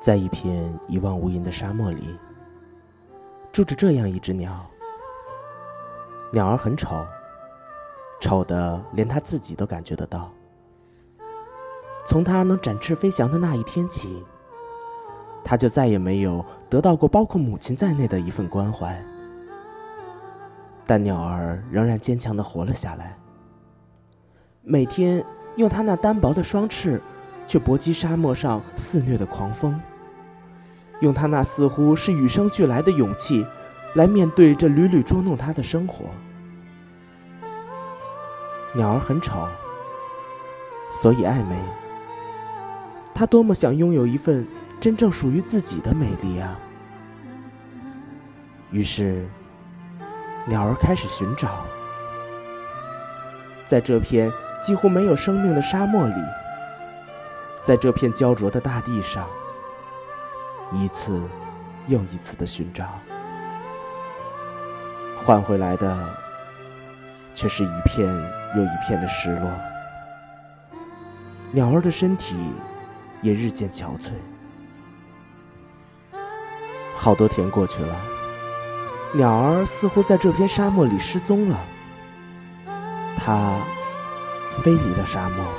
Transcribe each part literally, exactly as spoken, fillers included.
在一片一望无垠的沙漠里，住着这样一只鸟。鸟儿很丑，丑的连它自己都感觉得到。从它能展翅飞翔的那一天起，它就再也没有得到过包括母亲在内的一份关怀。但鸟儿仍然坚强地活了下来，每天用它那单薄的双翅去搏击沙漠上肆虐的狂风，用它那似乎是与生俱来的勇气来面对这屡屡捉弄它的生活。鸟儿很丑，所以爱美。它多么想拥有一份真正属于自己的美丽啊！于是鸟儿开始寻找，在这片几乎没有生命的沙漠里，在这片焦灼的大地上，一次又一次的寻找，换回来的却是一片又一片的失落。鸟儿的身体也日渐憔悴。好多天过去了，鸟儿似乎在这片沙漠里失踪了，它飞离了沙漠。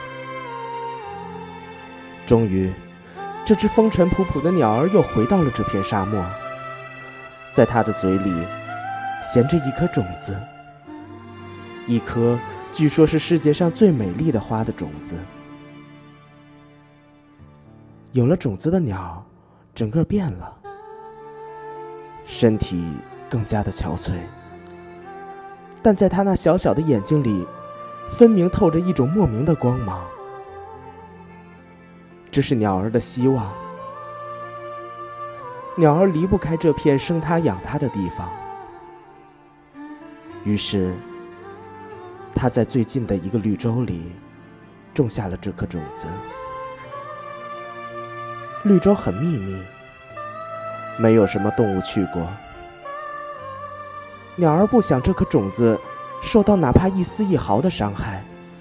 终于，这只风尘仆仆的鸟儿又回到了这片沙漠，在它的嘴里衔着一颗种子，一颗据说是世界上最美丽的花的种子。有了种子的鸟整个变了，身体更加的憔悴，但在它那小小的眼睛里分明透着一种莫名的光芒。这是鸟儿的希望，鸟儿离不开这片生它养它的地方，于是它在最近的一个绿洲里种下了这颗种子。绿洲很秘密，没有什么动物去过。鸟儿不想这颗种子受到哪怕一丝一毫的伤害。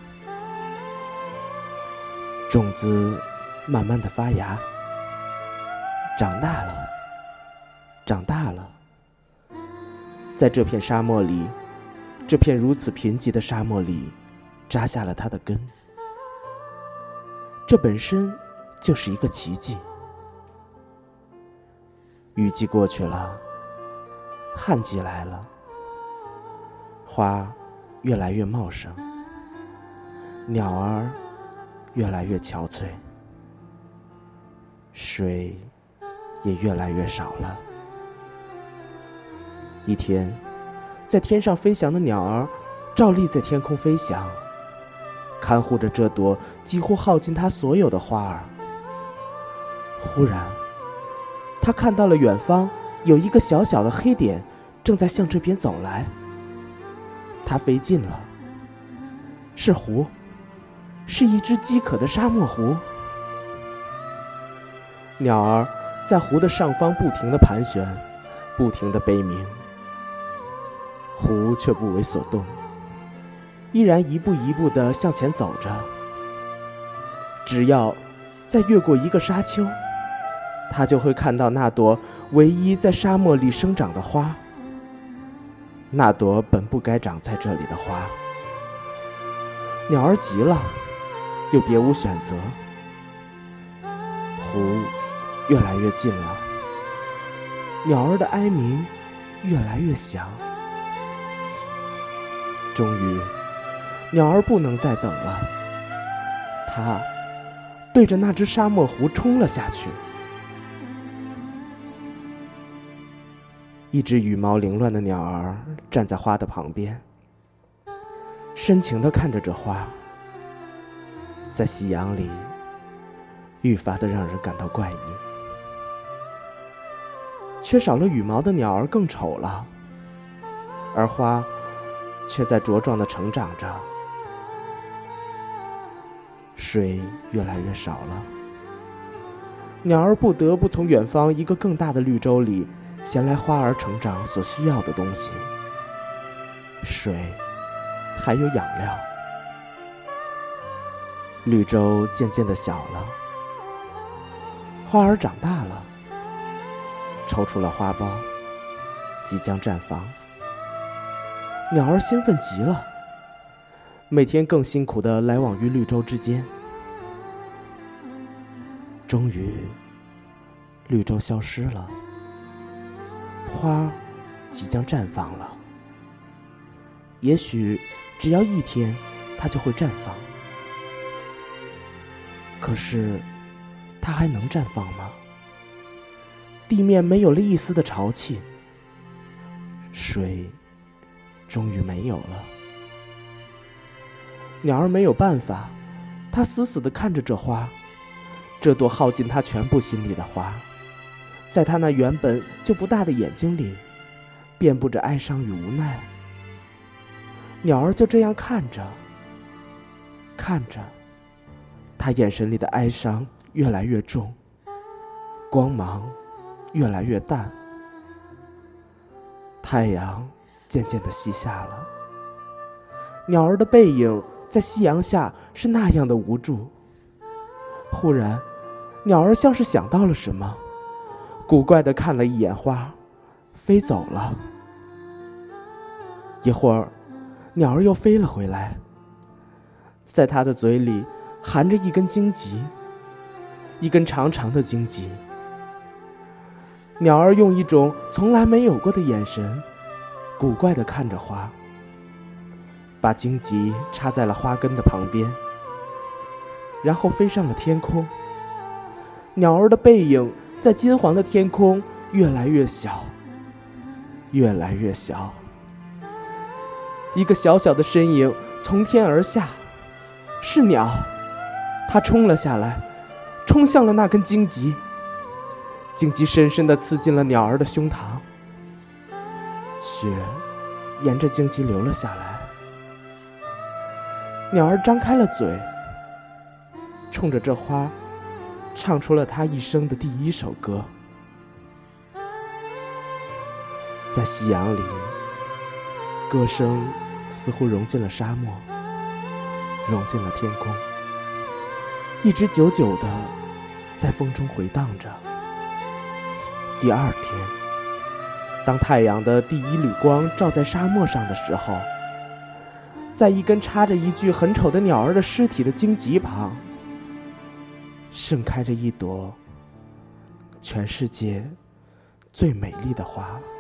种子慢慢的发芽，长大了，长大了。在这片沙漠里，这片如此贫瘠的沙漠里，扎下了它的根。这本身就是一个奇迹。雨季过去了，旱季来了，花越来越茂盛，鸟儿越来越憔悴，水也越来越少了。一天，在天上飞翔的鸟儿照例在天空飞翔，看护着这朵几乎耗尽它所有的花儿。忽然，他看到了远方有一个小小的黑点正在向这边走来。他飞近了，是狐，是一只饥渴的沙漠狐。鸟儿在湖的上方不停地盘旋，不停地悲鸣，狐却不为所动，依然一步一步地向前走着。只要再越过一个沙丘，他就会看到那朵唯一在沙漠里生长的花，那朵本不该长在这里的花。鸟儿急了，又别无选择。湖越来越近了，鸟儿的哀鸣越来越响。终于，鸟儿不能再等了，它对着那只沙漠狐冲了下去。一只羽毛凌乱的鸟儿站在花的旁边，深情地看着这花，在夕阳里愈发的让人感到怪异。缺少了羽毛的鸟儿更丑了，而花却在茁壮地成长着。水越来越少了，鸟儿不得不从远方一个更大的绿洲里衔来花儿成长所需要的东西，水，还有养料。绿洲渐渐地小了， 花儿长大了，抽出了花苞，即将绽放。鸟儿兴奋极了，每天更辛苦地来往于绿洲之间。终于，绿洲消失了，花即将绽放了。也许只要一天，它就会绽放。可是，它还能绽放吗？地面没有了一丝的潮气，水终于没有了。鸟儿没有办法，它死死地看着这花，这朵耗尽它全部心力的花，在它那原本就不大的眼睛里，遍布着哀伤与无奈。鸟儿就这样看着，看着，它眼神里的哀伤越来越重，光芒越来越淡，太阳渐渐地西下了。鸟儿的背影在夕阳下是那样的无助。忽然，鸟儿像是想到了什么，古怪地看了一眼花，飞走了。一会儿，鸟儿又飞了回来，在它的嘴里含着一根荆棘，一根长长的荆棘。鸟儿用一种从来没有过的眼神，古怪地看着花，把荆棘插在了花根的旁边，然后飞上了天空。鸟儿的背影在金黄的天空越来越小，越来越小。一个小小的身影从天而下，是鸟，它冲了下来，冲向了那根荆棘。荆棘深深地刺进了鸟儿的胸膛，血沿着荆棘流了下来。鸟儿张开了嘴，冲着这花唱出了它一生的第一首歌。在夕阳里，歌声似乎融进了沙漠，融进了天空，一直久久地在风中回荡着。第二天，当太阳的第一缕光照在沙漠上的时候，在一根插着一具很丑的鸟儿的尸体的荆棘旁，盛开着一朵全世界最美丽的花。